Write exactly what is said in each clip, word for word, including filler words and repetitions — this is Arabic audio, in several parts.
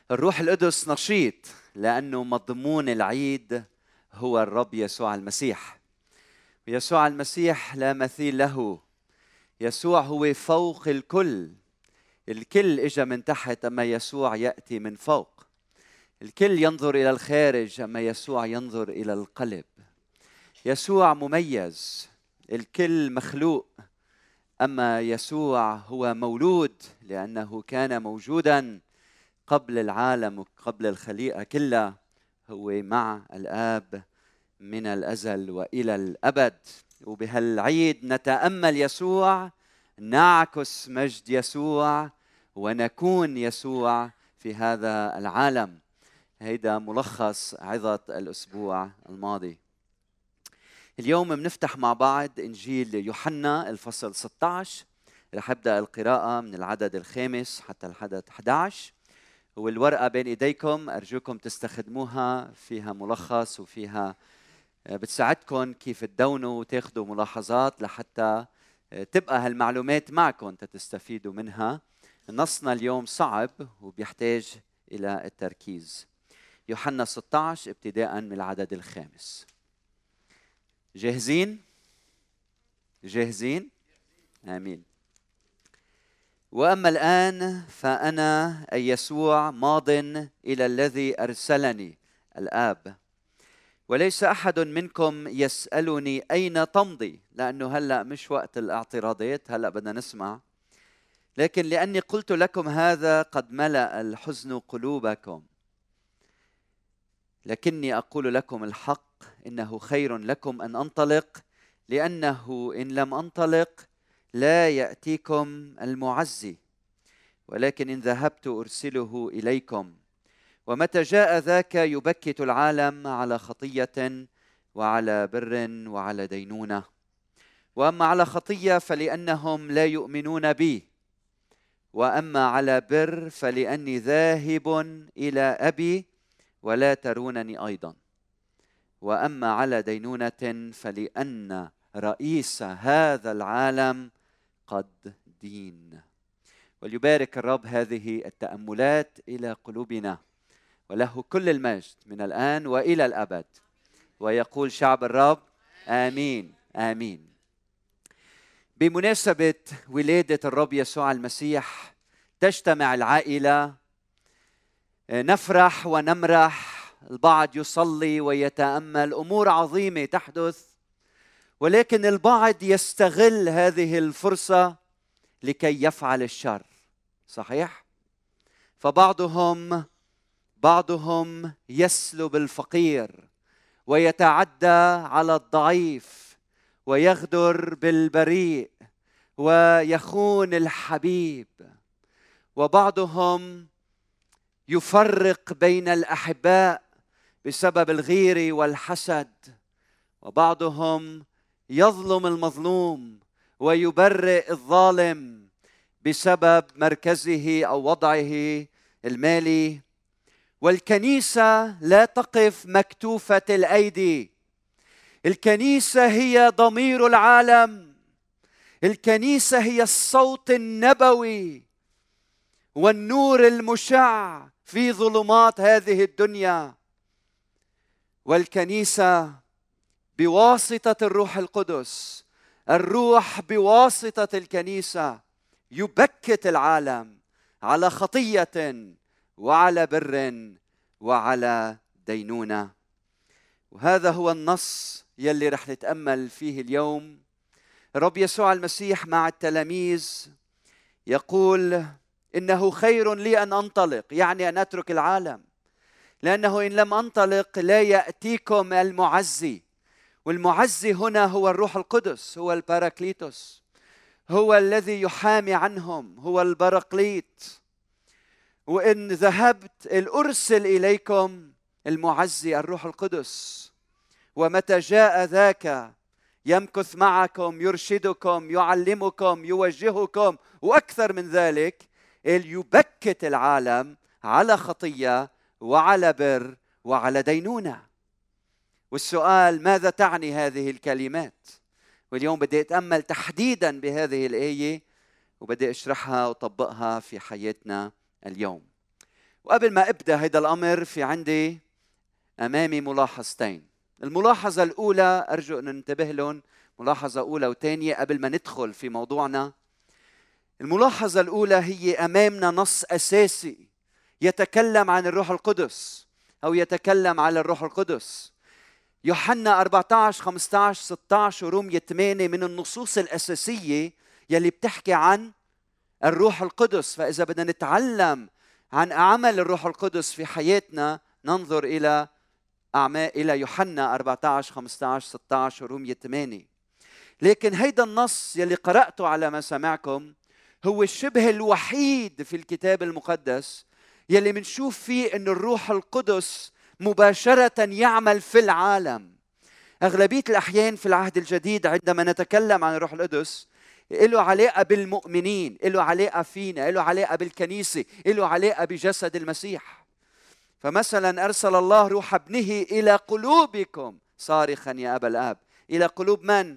الروح القدس نشيط لأنه مضمون العيد هو الرب يسوع المسيح. يسوع المسيح لا مثيل له. يسوع هو فوق الكل. الكل إجا من تحت أما يسوع يأتي من فوق. الكل ينظر إلى الخارج أما يسوع ينظر إلى القلب. يسوع مميز. الكل مخلوق أما يسوع هو مولود لأنه كان موجوداً قبل العالم وقبل الخليقة كلها. هو مع الآب من الأزل وإلى الأبد. وبهالعيد نتأمل يسوع، نعكس مجد يسوع ونكون يسوع في هذا العالم. هيدا ملخص عظة الأسبوع الماضي. اليوم بنفتح مع بعض إنجيل يوحنا الفصل ستة عشر. رح أبدأ القراءة من العدد الخامس حتى العدد أحد عشر. والورقة بين إيديكم أرجوكم تستخدموها، فيها ملخص وفيها بتساعدكم كيف تدونوا وتاخدوا ملاحظات لحتى تبقى هالمعلومات معكم تستفيدوا منها. نصنا اليوم صعب وبيحتاج إلى التركيز. يوحنا ستة عشر ابتداء من العدد الخامس. جاهزين؟ جاهزين؟ آمين. وأما الآن فأنا أي يسوع ماض إلى الذي أرسلني الآب، وليس أحد منكم يسألني أين تمضي، لأنه هلأ مش وقت الاعتراضات، هلأ بدنا نسمع. لكن لأني قلت لكم هذا قد ملأ الحزن قلوبكم. لكني أقول لكم الحق، إنه خير لكم أن أنطلق، لأنه إن لم أنطلق لا يأتيكم المعزي، ولكن إن ذهبت أرسله إليكم. ومتى جاء ذاك يبكت العالم على خطية وعلى بر وعلى دينونة. وأما على خطية فلأنهم لا يؤمنون بي، وأما على بر فلأني ذاهب إلى أبي ولا ترونني أيضا. وأما على دينونة فلأن رئيس هذا العالم قد دين. وليبارك الرب هذه التأملات إلى قلوبنا، وله كل المجد من الآن وإلى الأبد. ويقول شعب الرب آمين آمين. بمناسبة ولادة الرب يسوع المسيح تجتمع العائلة، نفرح ونمرح، البعض يصلي ويتأمل، أمور عظيمة تحدث. ولكن البعض يستغل هذه الفرصة لكي يفعل الشر. صحيح؟ فبعضهم بعضهم يسلب الفقير ويتعدى على الضعيف ويغدر بالبريء ويخون الحبيب. وبعضهم يفرق بين الأحباء بسبب الغيرة والحسد. وبعضهم يظلم المظلوم ويبرئ الظالم بسبب مركزه أو وضعه المالي. والكنيسة لا تقف مكتوفة الأيدي. الكنيسة هي ضمير العالم. الكنيسة هي الصوت النبوي والنور المشع في ظلمات هذه الدنيا. والكنيسة بواسطة الروح القدس، الروح بواسطة الكنيسة يبكت العالم على خطية وعلى بر وعلى دينونة. وهذا هو النص يلي رح نتأمل فيه اليوم. الرب يسوع المسيح مع التلاميذ يقول إنه خير لي أن أنطلق، يعني أن أترك العالم، لأنه إن لم أنطلق لا يأتيكم المعزي. والمعزي هنا هو الروح القدس، هو الباراكليتوس، هو الذي يحامي عنهم، هو البراقليت. وإن ذهبت الأرسل إليكم المعزي الروح القدس. ومتى جاء ذاك يمكث معكم، يرشدكم، يعلمكم، يوجهكم، وأكثر من ذلك يبكت العالم على خطية وعلى بر وعلى دينونة. والسؤال ماذا تعني هذه الكلمات؟ واليوم بدي أتأمل تحديدا بهذه الآية وبدي أشرحها وطبقها في حياتنا اليوم. وقبل ما أبدأ هيدا الأمر في عندي أمامي ملاحظتين. الملاحظة الأولى أرجو أن ننتبه لهم، ملاحظة أولى وثانية قبل ما ندخل في موضوعنا. الملاحظة الأولى هي أمامنا نص أساسي يتكلم عن الروح القدس أو يتكلم على الروح القدس. يوحنا أربعة عشر خمسة عشر ستة عشر ورومية ثمانية من النصوص الأساسية يلي بتحكي عن الروح القدس. فإذا بدنا نتعلم عن عمل الروح القدس في حياتنا ننظر إلى أعمال إلى يوحنا أربعة عشر خمسة عشر ستة عشر ورومية ثمانية. لكن هيدا النص يلي قرأته على مسامعكم هو الشبه الوحيد في الكتاب المقدس يلي منشوف فيه أن الروح القدس مباشرة يعمل في العالم. أغلبية الأحيان في العهد الجديد عندما نتكلم عن الروح القدس له علاقة بالمؤمنين، له علاقة فينا، له علاقة بالكنيسة، له علاقة بجسد المسيح. فمثلا أرسل الله روح ابنه إلى قلوبكم صارخا يا أبا الآب. إلى قلوب من؟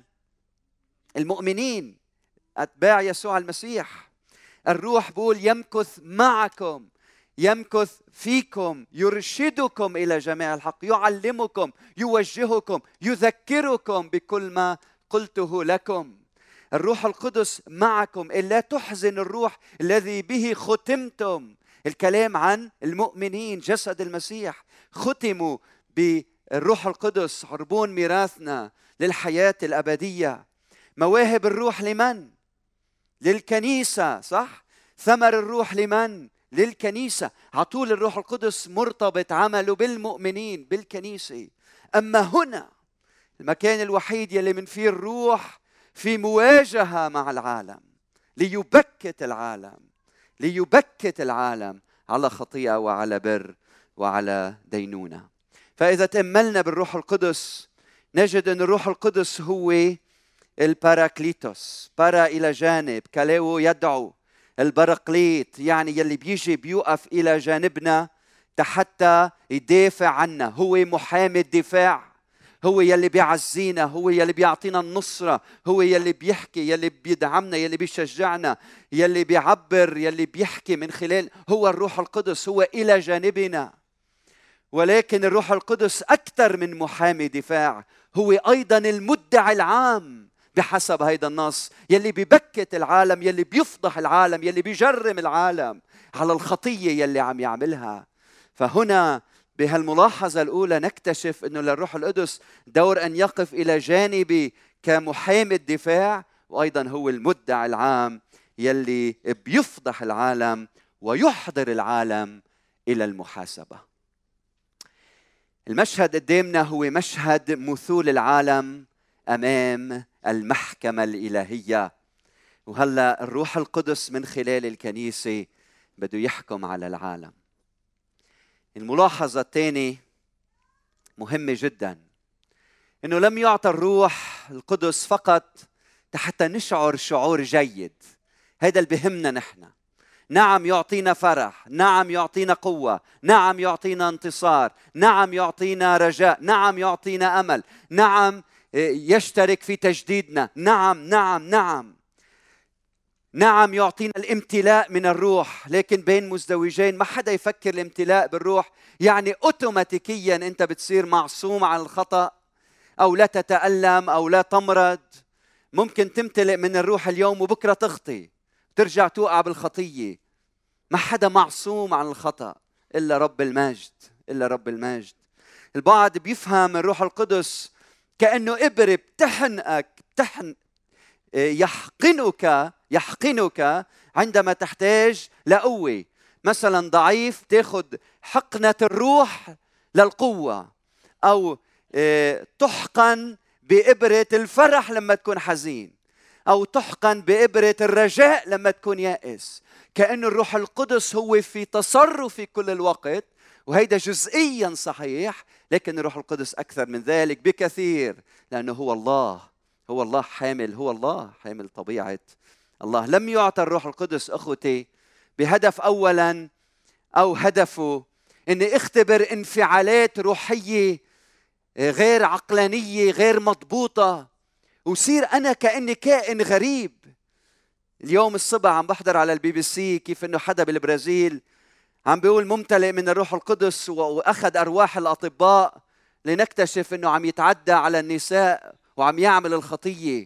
المؤمنين أتباع يسوع المسيح. الروح بقول يمكث معكم، يمكث فيكم، يرشدكم إلى جميع الحق، يعلمكم، يوجهكم، يذكركم بكل ما قلته لكم. الروح القدس معكم. إلا تحزن الروح الذي به ختمتم. الكلام عن المؤمنين جسد المسيح، ختموا بالروح القدس، عربون ميراثنا للحياة الأبدية. مواهب الروح لمن؟ للكنيسة، صح؟ ثمر الروح لمن؟ للكنيسة. عطول الروح القدس مرتبط عمله بالمؤمنين بالكنيسة. أما هنا المكان الوحيد يلي من فيه الروح في مواجهة مع العالم ليبكت العالم ليبكت العالم على خطيئة وعلى بر وعلى دينونة. فإذا تأملنا بالروح القدس نجد أن الروح القدس هو الباراكليتوس، بارا إلى جانب، كاليو يدعو، البراقليت يعني يلي بيجي بيوقف إلى جانبنا حتى يدافع عنا. هو محامي الدفاع، هو يلي بيعزينا، هو يلي بيعطينا النصرة، هو يلي بيحكي، يلي بيدعمنا، يلي بيشجعنا، يلي بيعبر، يلي بيحكي من خلال. هو الروح القدس، هو إلى جانبنا. ولكن الروح القدس أكثر من محامي دفاع، هو أيضا المدعي العام بحسب هيدا النص، يلي بيبكت العالم، يلي بيفضح العالم، يلي بيجرم العالم على الخطية يلي عم يعملها. فهنا بهالملاحظة الأولى نكتشف أنه للروح القدس دور أن يقف إلى جانبي كمحامي الدفاع، وأيضا هو المدعي العام يلي بيفضح العالم ويحضر العالم إلى المحاسبة. المشهد قدامنا هو مشهد مثول العالم أمام المحكمة الإلهية، وهلأ الروح القدس من خلال الكنيسة بده يحكم على العالم. الملاحظة الثانية مهمة جدا، إنه لم يعطى الروح القدس فقط حتى نشعر شعور جيد. هذا اللي بهمنا نحن. نعم يعطينا فرح، نعم يعطينا قوة، نعم يعطينا انتصار، نعم يعطينا رجاء، نعم يعطينا أمل، نعم يشترك في تجديدنا، نعم نعم نعم نعم يعطينا الامتلاء من الروح. لكن بين مزدوجين ما حدا يفكر الامتلاء بالروح يعني أوتوماتيكيا أنت بتصير معصوم عن الخطأ أو لا تتألم أو لا تمرض. ممكن تمتلئ من الروح اليوم وبكرة تخطي ترجع توقع بالخطية. ما حدا معصوم عن الخطأ إلا رب المجد، إلا رب المجد. البعض بيفهم الروح القدس كأنه إبرة بتحنقك، بتحن يحقنك يحقنك عندما تحتاج لقوة. مثلا ضعيف تاخذ حقنة الروح للقوة، أو تحقن بإبرة الفرح لما تكون حزين، أو تحقن بإبرة الرجاء لما تكون يائس. كأن الروح القدس هو في تصرف في كل الوقت، وهيدا جزئيا صحيح، لكن الروح القدس أكثر من ذلك بكثير، لأنه هو الله، هو الله حامل، هو الله حامل طبيعة الله. لم يعطى الروح القدس أخوتي بهدف أولا أو هدفه أني اختبر انفعالات روحية غير عقلانية غير مضبوطة وصير أنا كأني كائن غريب. اليوم الصبح عم بحضر على البي بي سي كيف أنه حدا بالبرازيل عم بيقول ممتلئ من الروح القدس وأخذ أرواح الأطباء لنكتشف أنه عم يتعدى على النساء وعم يعمل الخطية.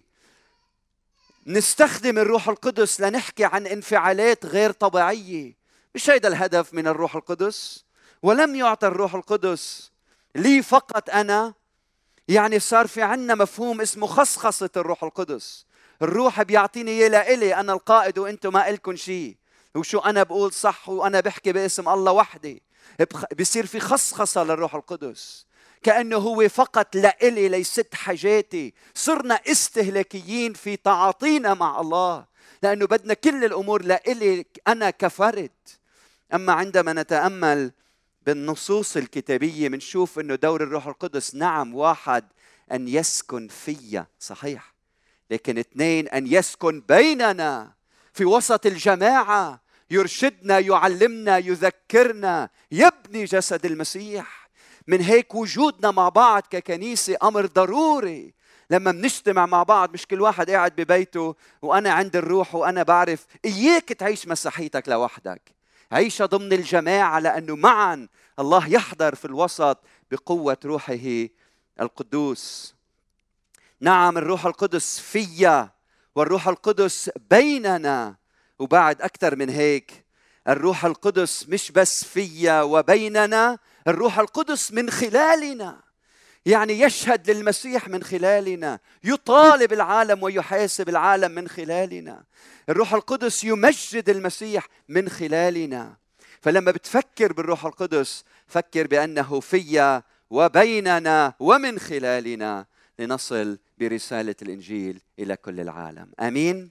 نستخدم الروح القدس لنحكي عن انفعالات غير طبيعية. مش هيدا الهدف من الروح القدس. ولم يعطى الروح القدس لي فقط أنا. يعني صار في عنا مفهوم اسمه خصخصة الروح القدس. الروح بيعطيني إياه لإلي أنا القائد وإنتم ما إلكن شيء، وشو أنا بقول صح وأنا بحكي باسم الله وحدي. بيصير في خصخصة للروح القدس كأنه هو فقط لإلي ليست حاجاتي. صرنا استهلاكيين في تعاطينا مع الله لأنه بدنا كل الأمور لإلي أنا كفرد. أما عندما نتأمل بالنصوص الكتابية منشوف أنه دور الروح القدس نعم واحد أن يسكن فيا صحيح، لكن اثنين أن يسكن بيننا في وسط الجماعة، يرشدنا يعلمنا يذكرنا يبني جسد المسيح. من هيك وجودنا مع بعض ككنيسة أمر ضروري. لما منجتمع مع بعض مش كل واحد قاعد ببيته وأنا عند الروح وأنا بعرف. إياك تعيش مسيحيتك لوحدك، عيشها ضمن الجماعة، لأنه معا الله يحضر في الوسط بقوة روحه القدوس. نعم الروح القدس فيا والروح القدس بيننا. وبعد أكثر من هيك، الروح القدس مش بس فيا وبيننا، الروح القدس من خلالنا. يعني يشهد للمسيح من خلالنا، يطالب العالم ويحاسب العالم من خلالنا. الروح القدس يمجد المسيح من خلالنا. فلما بتفكر بالروح القدس فكر بأنه فيا وبيننا ومن خلالنا لنصل برسالة الإنجيل إلى كل العالم. آمين.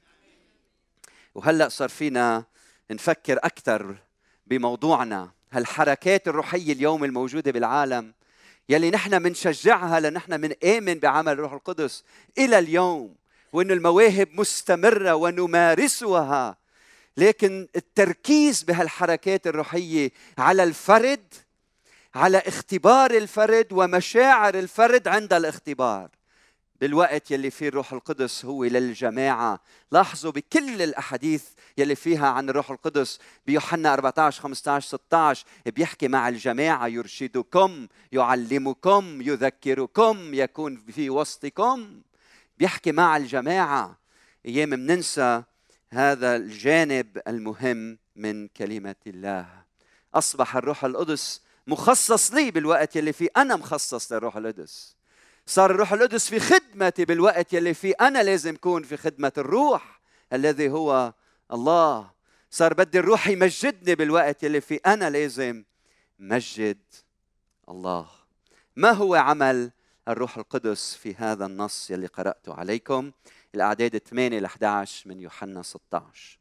وهلأ صار فينا نفكر أكثر بموضوعنا. هالحركات الروحية اليوم الموجودة بالعالم يلي نحن منشجعها لنحن من آمن بعمل الروح القدس إلى اليوم، وأن المواهب مستمرة ونمارسها. لكن التركيز بهالحركات الروحية على الفرد، على اختبار الفرد ومشاعر الفرد عند الاختبار، بالوقت يلي فيه الروح القدس هو للجماعة. لاحظوا بكل الأحاديث يلي فيها عن الروح القدس بيوحنا أربعة عشر خمسة عشر ستة عشر بيحكي مع الجماعة، يرشدكم يعلمكم يذكركم يكون في وسطكم. بيحكي مع الجماعة. أيام مننسى هذا الجانب المهم من كلمة الله. أصبح الروح القدس مخصص لي بالوقت يلي فيه أنا مخصص للروح القدس. صار الروح القدس في خدمتي بالوقت يلي فيه أنا لازم أكون في خدمة الروح الذي هو الله. صار بدي الروح يمجدني بالوقت يلي فيه أنا لازم مجد الله. ما هو عمل الروح القدس في هذا النص يلي قرأته عليكم؟ الأعداد ثمانية إلى أحد عشر من يوحنا ستة عشر.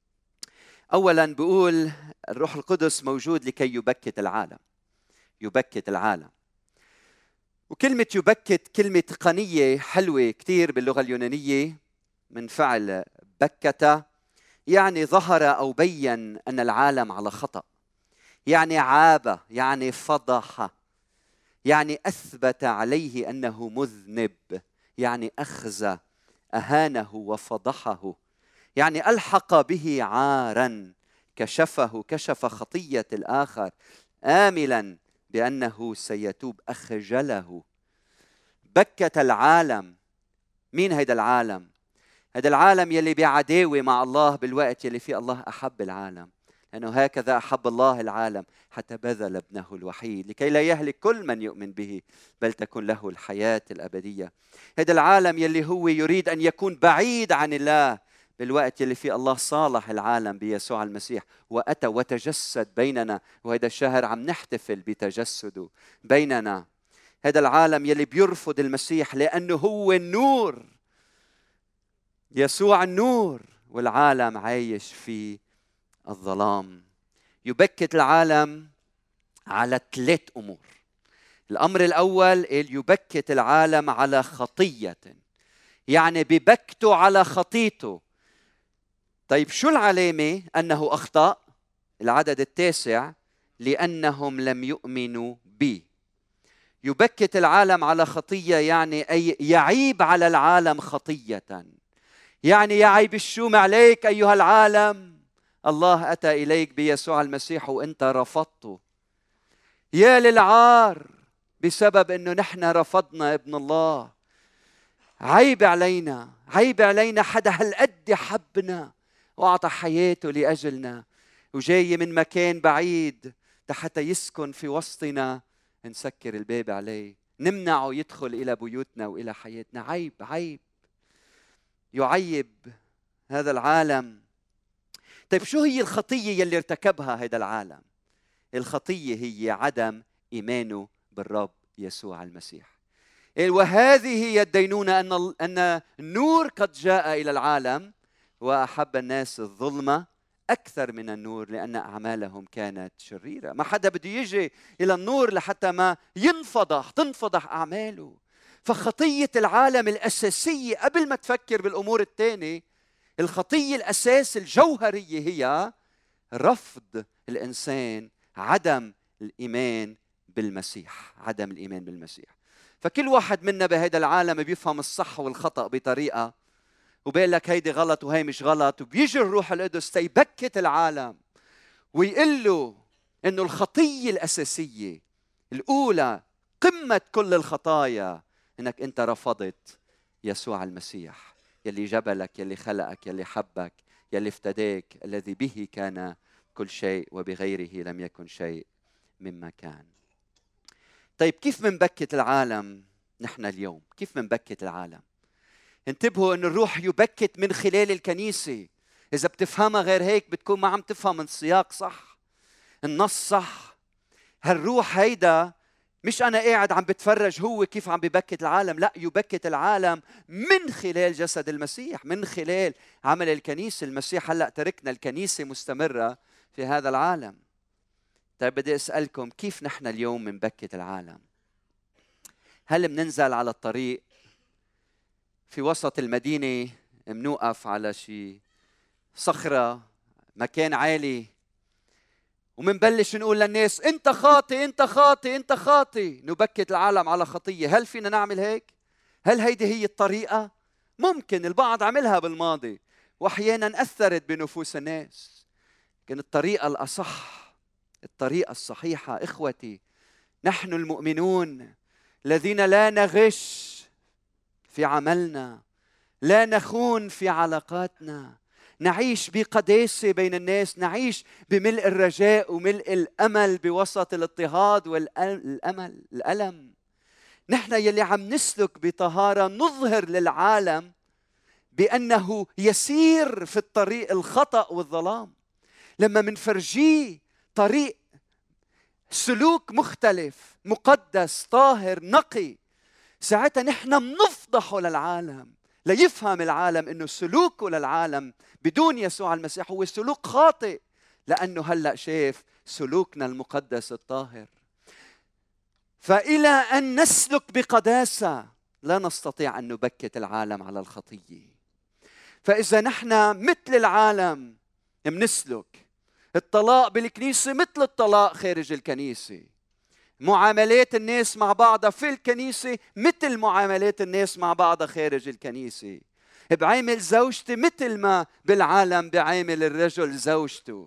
أولاً بيقول الروح القدس موجود لكي يبكت العالم. يبكت العالم. وكلمة يبكت كلمة تقنية حلوة كتير باللغة اليونانية من فعل بكت، يعني ظهر أو بيّن أن العالم على خطأ، يعني عاب، يعني فضح، يعني أثبت عليه أنه مذنب، يعني أخزى أهانه وفضحه، يعني ألحق به عاراً، كشفه كشف خطية الآخر آملاً بأنه سيتوب أخجله. بكت العالم. مين هيدا العالم؟ هذا العالم يلي بعداوة مع الله بالوقت يلي فيه الله أحب العالم، لأنه هكذا أحب الله العالم حتى بذل ابنه الوحيد لكي لا يهلك كل من يؤمن به بل تكون له الحياة الأبدية. هذا العالم يلي هو يريد أن يكون بعيد عن الله بالوقت يلي فيه الله صالح العالم بيسوع المسيح وأتى وتجسد بيننا، وهذا الشهر عم نحتفل بتجسده بيننا. هذا العالم يلي بيرفض المسيح لأنه هو النور، يسوع النور، والعالم عايش في الظلام. يبكت العالم على ثلاث أمور. الأمر الأول يبكت العالم على خطية، يعني ببكته على خطيته. طيب شو العلامة أنه أخطأ؟ العدد التاسع، لأنهم لم يؤمنوا بي. يبكت العالم على خطية يعني أي يعيب على العالم خطية، يعني يعيب الشوم عليك أيها العالم، الله أتى إليك بيسوع المسيح وأنت رفضته. يا للعار بسبب أنه نحن رفضنا ابن الله. عيب علينا، عيب علينا حدا هالقد حبنا وأعطى حياته لأجلنا وجاي من مكان بعيد حتى يسكن في وسطنا، نسكر الباب عليه، نمنعه يدخل إلى بيوتنا وإلى حياتنا. عيب عيب يعيب هذا العالم. طيب شو هي الخطية يلي ارتكبها هذا العالم؟ الخطية هي عدم إيمانه بالرب يسوع المسيح. وهذه هي الدينونة، أن أن النور قد جاء إلى العالم وأحب الناس الظلمة أكثر من النور لأن أعمالهم كانت شريرة. ما حدا بده يجي إلى النور لحتى ما ينفضح تنفضح أعماله. فخطية العالم الأساسية قبل ما تفكر بالأمور الثانية، الخطية الأساس الجوهرية هي رفض الإنسان، عدم الإيمان بالمسيح، عدم الإيمان بالمسيح. فكل واحد منا بهذا العالم بيفهم الصح والخطأ بطريقة، وبيقول لك هيدي غلط وهي مش غلط، وبيجي الروح القدس تيبكت العالم ويقول له إنه الخطية الأساسية الأولى قمة كل الخطايا إنك أنت رفضت يسوع المسيح يلي جبلك، يلي خلقك، يلي حبك، يلي افتداك، الذي به كان كل شيء وبغيره لم يكن شيء مما كان. طيب كيف منبكت العالم نحن اليوم؟ كيف منبكت العالم؟ انتبهوا أن الروح يبكت من خلال الكنيسة. إذا بتفهمها غير هيك بتكون ما عم تفهم السياق صح، النص صح. هالروح هيدا مش أنا قاعد عم بتفرج هو كيف عم ببكت العالم، لا، يبكت العالم من خلال جسد المسيح، من خلال عمل الكنيسة. المسيح هلأ تركنا الكنيسة مستمرة في هذا العالم. طيب بدي أسألكم، كيف نحن اليوم منبكت العالم؟ هل مننزل على الطريق في وسط المدينة، منوقف على شي صخرة مكان عالي ومنبلش نقول للناس انت خاطئ انت خاطئ انت خاطئ، نبكت العالم على خطية؟ هل فينا نعمل هيك؟ هل هيدي هي الطريقة؟ ممكن البعض عملها بالماضي واحيانا اثرت بنفوس الناس، لكن الطريقة الاصح، الطريقة الصحيحة اخوتي، نحن المؤمنون الذين لا نغش في عملنا، لا نخون في علاقاتنا، نعيش بقداسة بين الناس، نعيش بملء الرجاء وملء الأمل بوسط الاضطهاد والأمل الألم. نحن يلي عم نسلك بطهارة نظهر للعالم بأنه يسير في الطريق الخطأ والظلام. لما منفرجيه طريق سلوك مختلف مقدس طاهر نقي، ساعتها نحن منفضحه للعالم، ليفهم العالم انه سلوكه للعالم بدون يسوع المسيح هو سلوك خاطئ، لانه هلا شاف سلوكنا المقدس الطاهر. فإلى أن نسلك بقداسة لا نستطيع أن نبكت العالم على الخطية. فإذا نحن مثل العالم منسلك الطلاق بالكنيسة مثل الطلاق خارج الكنيسة، معاملات الناس مع بعضها في الكنيسة مثل معاملات الناس مع بعضها خارج الكنيسة، بعامل زوجتي مثل ما بالعالم بعامل الرجل زوجته،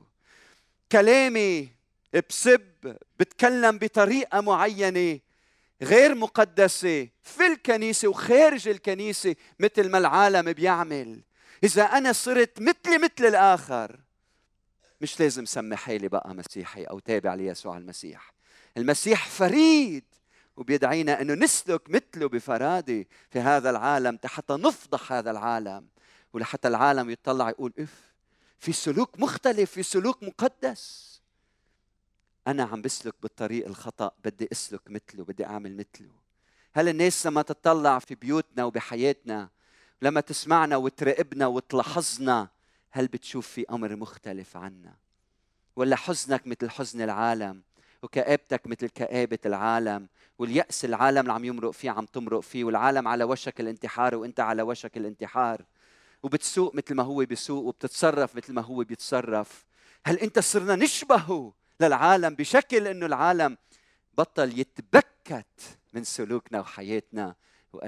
كلامي بسب بتكلم بطريقة معينة غير مقدسة في الكنيسة وخارج الكنيسة مثل ما العالم بيعمل. إذا أنا صرت مثلي مثل الآخر مش لازم سمي حالي بقى مسيحي أو تابع ليسوع المسيح. المسيح فريد وبيدعينا أنه نسلك مثله بفرادة في هذا العالم حتى نفضح هذا العالم، ولحتى العالم يطلع يقول إف في سلوك مختلف، في سلوك مقدس. أنا عم بسلك بالطريق الخطأ، بدي أسلك مثله، بدي أعمل مثله. هل الناس لما تطلع في بيوتنا وبحياتنا، لما تسمعنا وتراقبنا وتلاحظنا، هل بتشوف في أمر مختلف عنا؟ ولا حزنك مثل حزن العالم، وكآبتك مثل كآبة العالم، واليأس العالم اللي عم يمرق فيه عم تمرق فيه، والعالم على وشك الانتحار وانت على وشك الانتحار، وبتسوق مثل ما هو بيسوق وبتتصرف مثل ما هو بيتصرف؟ هل انت صرنا نشبهه للعالم بشكل انه العالم بطل يتبكت من سلوكنا وحياتنا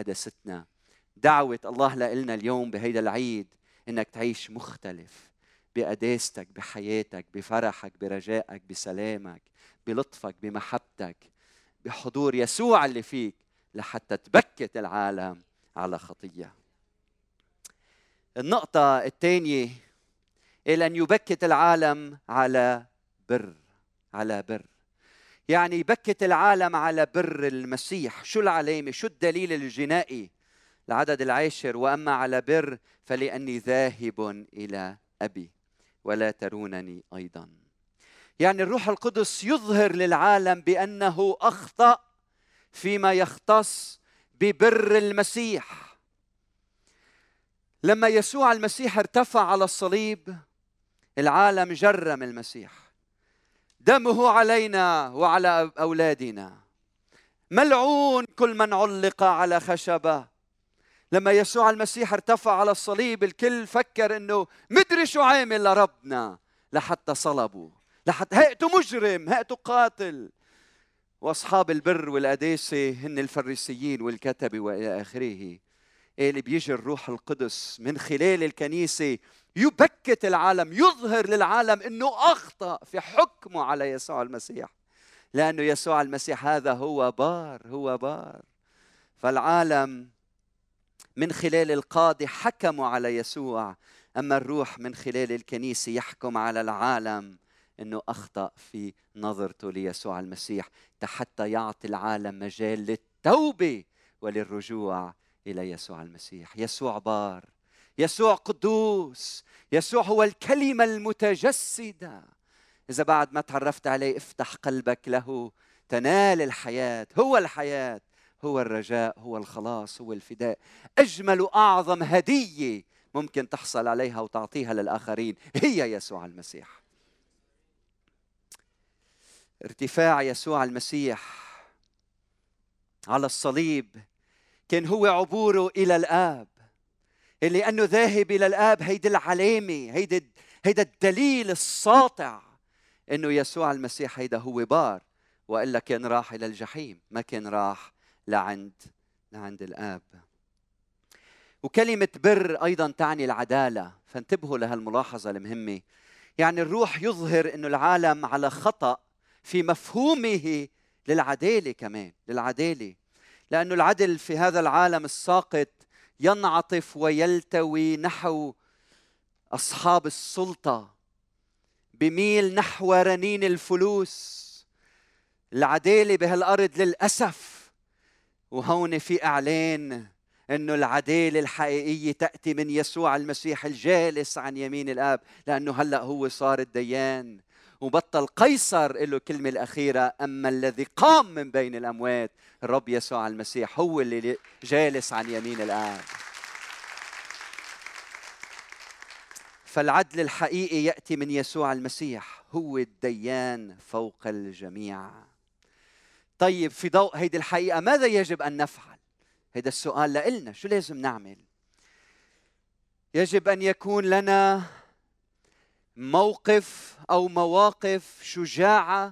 وقداستنا؟ دعوة الله لنا اليوم بهيدا العيد انك تعيش مختلف بقداستك، بحياتك، بفرحك، برجائك، بسلامك، بلطفك، بمحبتك، بحضور يسوع اللي فيك، لحتى تبكت العالم على خطية. النقطة الثانية، إلى أن يبكت العالم على بر، على بر. يعني يبكت العالم على بر المسيح. شو العلامة؟ شو الدليل الجنائي؟ العدد العاشر: وأما على بر فلأني ذاهب إلى أبي ولا ترونني أيضا. يعني الروح القدس يظهر للعالم بأنه أخطأ فيما يختص ببر المسيح. لما يسوع المسيح ارتفع على الصليب، العالم جرم المسيح: دمه علينا وعلى أولادنا، ملعون كل من علق على خشبة. لما يسوع المسيح ارتفع على الصليب، الكل فكر انه مدري شو عامل لربنا لحتى صلبوا، لحتى هيئته مجرم، هيئته قاتل. واصحاب البر والقداسه هن الفريسيين والكتبه والى اخره. اللي بيجي الروح القدس من خلال الكنيسه يبكت العالم، يظهر للعالم انه اخطا في حكمه على يسوع المسيح، لانه يسوع المسيح هذا هو بار، هو بار. فالعالم من خلال القاضي حكموا على يسوع، اما الروح من خلال الكنيسه يحكم على العالم انه اخطا في نظرته ليسوع المسيح، حتى يعطي العالم مجال للتوبه وللرجوع الى يسوع المسيح. يسوع بار، يسوع قدوس، يسوع هو الكلمه المتجسده. اذا بعد ما تعرفت عليه، افتح قلبك له تنال الحياه. هو الحياه، هو الرجاء، هو الخلاص، هو الفداء. اجمل واعظم هديه ممكن تحصل عليها وتعطيها للاخرين هي يسوع المسيح. ارتفاع يسوع المسيح على الصليب كان هو عبوره الى الاب، لانه ذاهب الى الاب. هيدي العلامه، هيدا هيدا الدليل الساطع انه يسوع المسيح هيدا هو بار، والا كان راح الى الجحيم، ما كان راح لعند لعند الاب. وكلمه بر ايضا تعني العداله، فانتبهوا لهالملاحظه المهمه. يعني الروح يظهر انه العالم على خطأ في مفهومه للعداله، كمان للعداله، لانه العدل في هذا العالم الساقط ينعطف ويلتوي نحو اصحاب السلطه، بميل نحو رنين الفلوس. العداله بهالارض للاسف، وهون في اعلان انه العداله الحقيقيه تاتي من يسوع المسيح الجالس عن يمين الاب، لانه هلا هو صار الديان، وبطل قيصر له الكلمه الاخيره. اما الذي قام من بين الاموات، الرب يسوع المسيح، هو اللي جالس عن يمين الاب. فالعدل الحقيقي ياتي من يسوع المسيح، هو الديان فوق الجميع. طيب، في ضوء هيدي الحقيقه ماذا يجب ان نفعل؟ هيدا السؤال لإلنا، شو لازم نعمل؟ يجب أن يكون لنا موقف أو مواقف شجاعة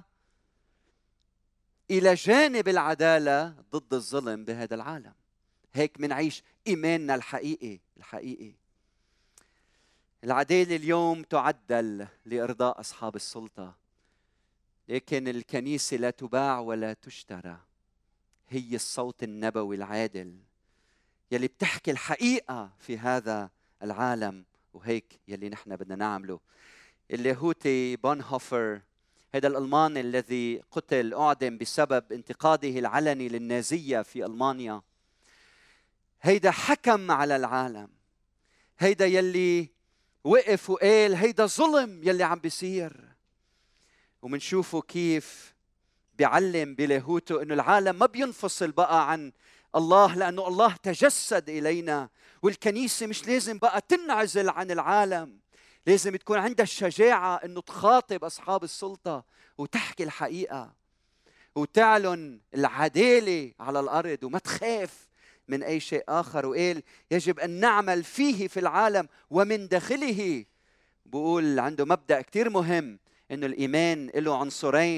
إلى جانب العدالة ضد الظلم بهذا العالم. هيك منعيش إيماننا الحقيقي الحقيقي. العدالة اليوم تعدل لإرضاء أصحاب السلطة، لكن الكنيسة لا تباع ولا تشترى. هي الصوت النبوي العادل يلي بتحكي الحقيقة في هذا العالم، وهيك يلي نحن بدنا نعمله. اللاهوتي بونهوفر، هذا الألماني الذي قتل أعدم بسبب انتقاده العلني للنازية في ألمانيا، هيدا حكم على العالم. هيدا يلي وقف وقال هيدا ظلم يلي عم بيصير، ومنشوفه كيف بيعلم بلاهوته انه العالم ما بينفصل بقى عن الله، لانه الله تجسد الينا. والكنيسه مش لازم بقى تنعزل عن العالم، لازم تكون عندها الشجاعه انه تخاطب اصحاب السلطه وتحكي الحقيقه وتعلن العداله على الارض، وما تخاف من اي شيء اخر. وقال يجب ان نعمل فيه في العالم ومن داخله. بقول عنده مبدأ كتير مهم، انه الايمان له عنصرين: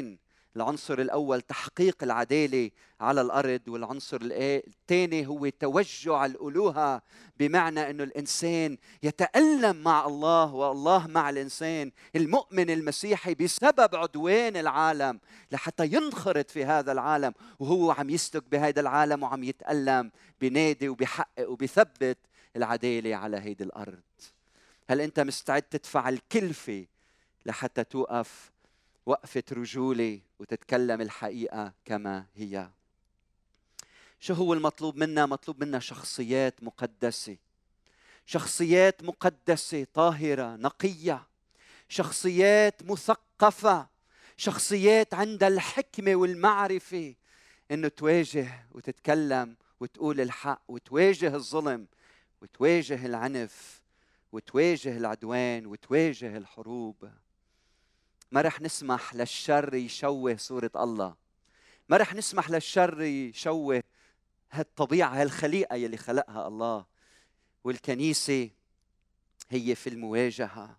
العنصر الأول تحقيق العدالة على الأرض، والعنصر الثاني هو توجع الألوهة، بمعنى أنه الإنسان يتألم مع الله والله مع الإنسان المؤمن المسيحي بسبب عدوان العالم، لحتى ينخرط في هذا العالم وهو عم يسلك بهذا العالم وعم يتألم، بنادي وبيحقق وبيثبت العدالة على هيدي الأرض. هل أنت مستعد تدفع الكلفة لحتى توقف وقفة رجولة وتتكلم الحقيقة كما هي؟ شو هو المطلوب منا؟ مطلوب منا شخصيات مقدسة، شخصيات مقدسة طاهرة نقية، شخصيات مثقفة، شخصيات عندها الحكمة والمعرفة إنه تواجه وتتكلم وتقول الحق وتواجه الظلم وتواجه العنف وتواجه العدوان وتواجه الحروب. ما رح نسمح للشر يشوه صورة الله، ما رح نسمح للشر يشوه هالطبيعة هالخليقة يلي خلقها الله. والكنيسة هي في المواجهة،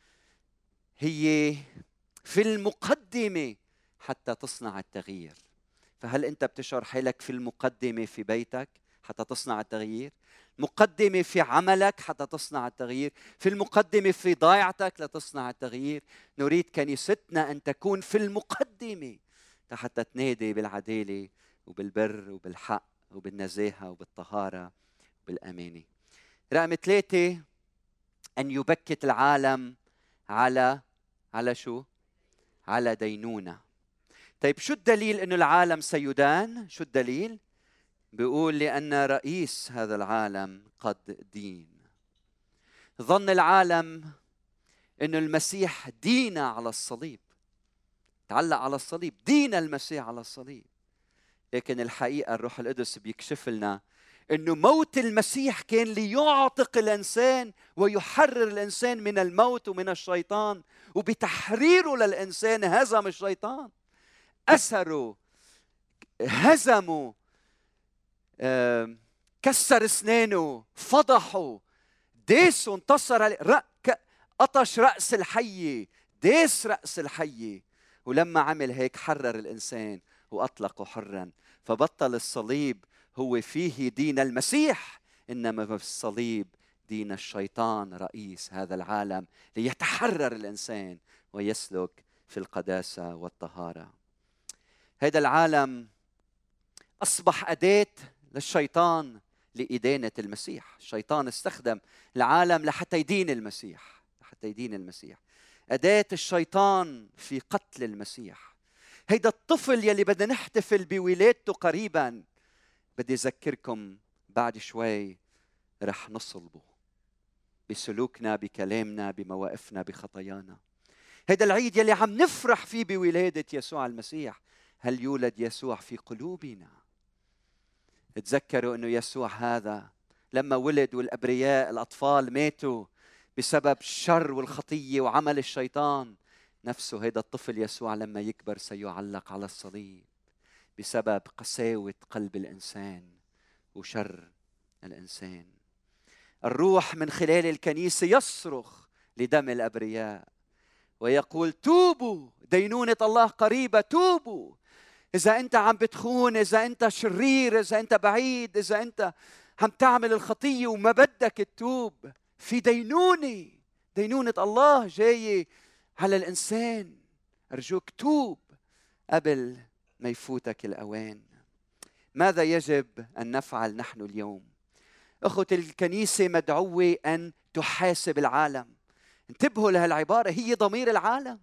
هي في المقدمة حتى تصنع التغيير. فهل أنت بتشعر حالك في المقدمة في بيتك حتى تصنع التغيير؟ مقدمة في عملك حتى تصنع التغيير؟ في المقدمة في ضيعتك لتصنع التغيير؟ نريد كنيستنا أن تكون في المقدمة حتى تنادي بالعدالة وبالبر وبالحق وبالنزاهة وبالطهارة وبالأمانة. رقم ثلاثة، أن يبكت العالم على على شو؟ على دينونة. طيب شو الدليل أنه العالم سيدان؟ شو الدليل؟ بيقول لأن رئيس هذا العالم قد دين. ظن العالم أنه المسيح دين على الصليب، تعلق على الصليب، دين المسيح على الصليب. لكن الحقيقة الروح القدس بيكشف لنا أنه موت المسيح كان ليعتق الإنسان ويحرر الإنسان من الموت ومن الشيطان، وبتحريره للإنسان هزم الشيطان، أسروا، هزموا، كسر أسنانه، فضحوا، داسوا، انتصر عليه، قطش رأس الحية، داس رأس الحية. ولما عمل هيك حرر الإنسان وأطلقه حرا. فبطل الصليب هو فيه دين المسيح، إنما في الصليب دين الشيطان رئيس هذا العالم، ليتحرر الإنسان ويسلك في القداسة والطهارة. هذا العالم أصبح أداة للشيطان لإدانة المسيح. الشيطان استخدم العالم لحتى يدين المسيح، لحتى يدين المسيح، أداة الشيطان في قتل المسيح. هيدا الطفل يلي بدنا نحتفل بولادته قريبا، بدي أذكركم بعد شوي رح نصلبه بسلوكنا، بكلامنا، بمواقفنا، بخطايانا. هيدا العيد يلي عم نفرح فيه بولادة يسوع المسيح، هل يولد يسوع في قلوبنا؟ تذكروا أنه يسوع هذا لما ولد والأبرياء الأطفال ماتوا بسبب الشر والخطية وعمل الشيطان، نفسه هيدا الطفل يسوع لما يكبر سيعلق على الصليب بسبب قساوة قلب الإنسان وشر الإنسان. الروح من خلال الكنيسة يصرخ لدم الأبرياء ويقول توبوا، دينونة الله قريبة، توبوا. إذا أنت عم بتخون، إذا أنت شرير، إذا أنت بعيد، إذا أنت عم تعمل الخطية وما بدك تتوب، في دينونة، دينونة الله جاية على الإنسان. أرجوك توب قبل ما يفوتك الأوان. ماذا يجب أن نفعل نحن اليوم؟ أخوة الكنيسة مدعوة أن تحاسب العالم. انتبهوا لهالعبارة، هي ضمير العالم.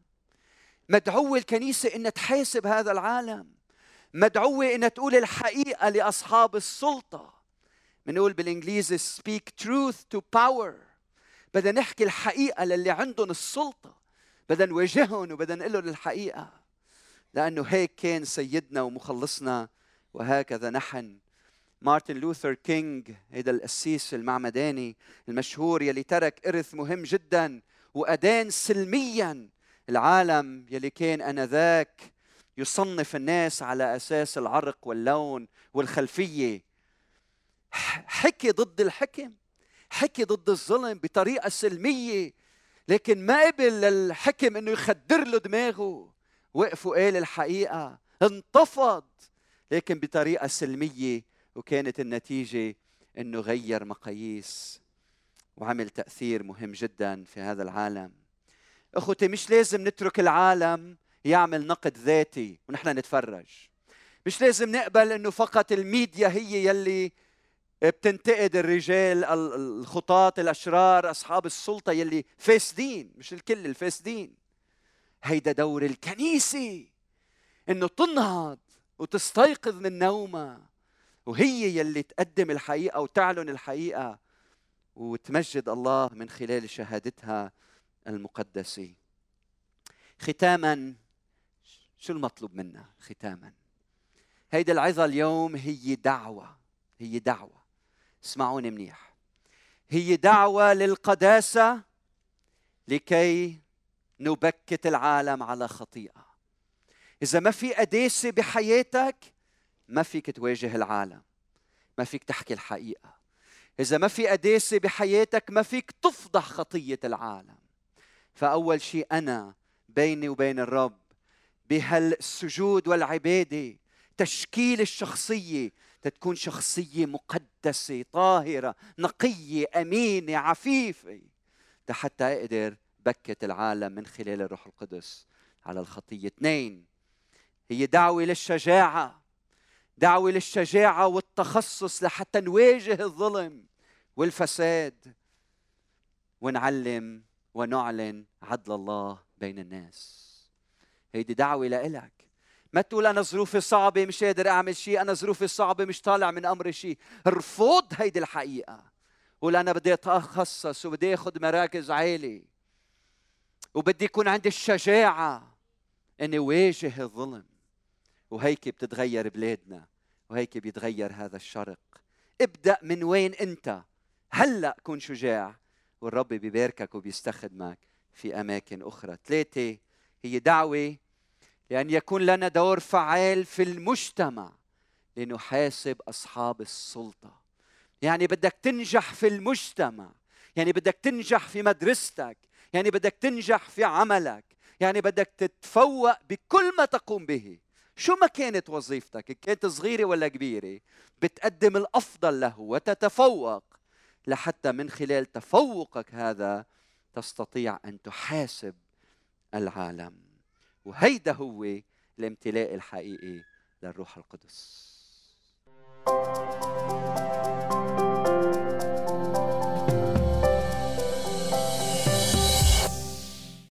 مدعوة الكنيسة أن تحاسب هذا العالم، مدعوة أن تقول الحقيقة لأصحاب السلطة. بنقول بالإنجليزي speak truth to power. بدنا نحكي الحقيقة للي عندهم السلطة، بدنا نواجههم وبدنا نقول لهم الحقيقة، لأنه هيك كان سيدنا ومخلصنا وهكذا نحن. مارتن لوثر كينغ، هذا القسيس المعمداني المشهور يلي ترك إرث مهم جدا وأدان سلميا العالم يلي كان آنذاك يصنف الناس على أساس العرق واللون والخلفية، حكي ضد الحكم، حكي ضد الظلم بطريقة سلمية، لكن ما قبل للحكم انه يخدر له دماغه وقفوا قال الحقيقة، انتفض لكن بطريقة سلمية، وكانت النتيجة أنه غير مقاييس وعمل تأثير مهم جدا في هذا العالم. أخوتي مش لازم نترك العالم يعمل نقد ذاتي ونحن نتفرج. مش لازم نقبل أنه فقط الميديا هي يلي بتنتقد الرجال الخطاة الأشرار أصحاب السلطة يلي فاسدين. مش الكل الفاسدين. هيدا دور الكنيسة، أنه تنهض وتستيقظ من نومها، وهي يلي تقدم الحقيقة وتعلن الحقيقة وتمجد الله من خلال شهادتها المقدسة. ختاما، شو المطلوب منا ختاما؟ هيدا العظة اليوم هي دعوة، هي دعوة، اسمعوني منيح، هي دعوة للقداسة لكي نبكت العالم على خطيئة. إذا ما في قداسة بحياتك ما فيك تواجه العالم، ما فيك تحكي الحقيقة. إذا ما في قداسة بحياتك ما فيك تفضح خطية العالم. فأول شيء أنا بيني وبين الرب بهالسجود والعبادة تشكيل الشخصية تتكون شخصية مقدسة طاهرة نقية أمينة عفيفة، حتى أقدر بكت العالم من خلال الروح القدس على الخطية. اثنين، هي دعوة للشجاعة، دعوة للشجاعة والتخصص لحتى نواجه الظلم والفساد ونعلم ونعلن عدل الله بين الناس. هيدي دعوة لإلك. ما تقول أنا ظروفي صعبة مش قادر أعمل شيء، أنا ظروفي صعبة مش طالع من أمري شيء. ارفض هيدي الحقيقة، قول أنا بدي أتخصص وبدي أخذ مراكز عالية وبدي يكون عندي الشجاعة أني واجه الظلم. وهيك بتتغير بلادنا، وهيك بيتغير هذا الشرق. ابدأ من وين أنت هلأ، كن شجاع والرب بيباركك وبيستخدمك في أماكن أخرى. ثلاثة، هي دعوة لأن يكون لنا دور فعال في المجتمع لنحاسب أصحاب السلطة. يعني بدك تنجح في المجتمع، يعني بدك تنجح في مدرستك، يعني بدك تنجح في عملك، يعني بدك تتفوق بكل ما تقوم به. شو ما كانت وظيفتك، كانت صغيرة ولا كبيرة، بتقدم الأفضل له وتتفوق، لحتى من خلال تفوقك هذا تستطيع أن تحاسب العالم. وهيدا هو الامتلاء الحقيقي للروح القدس.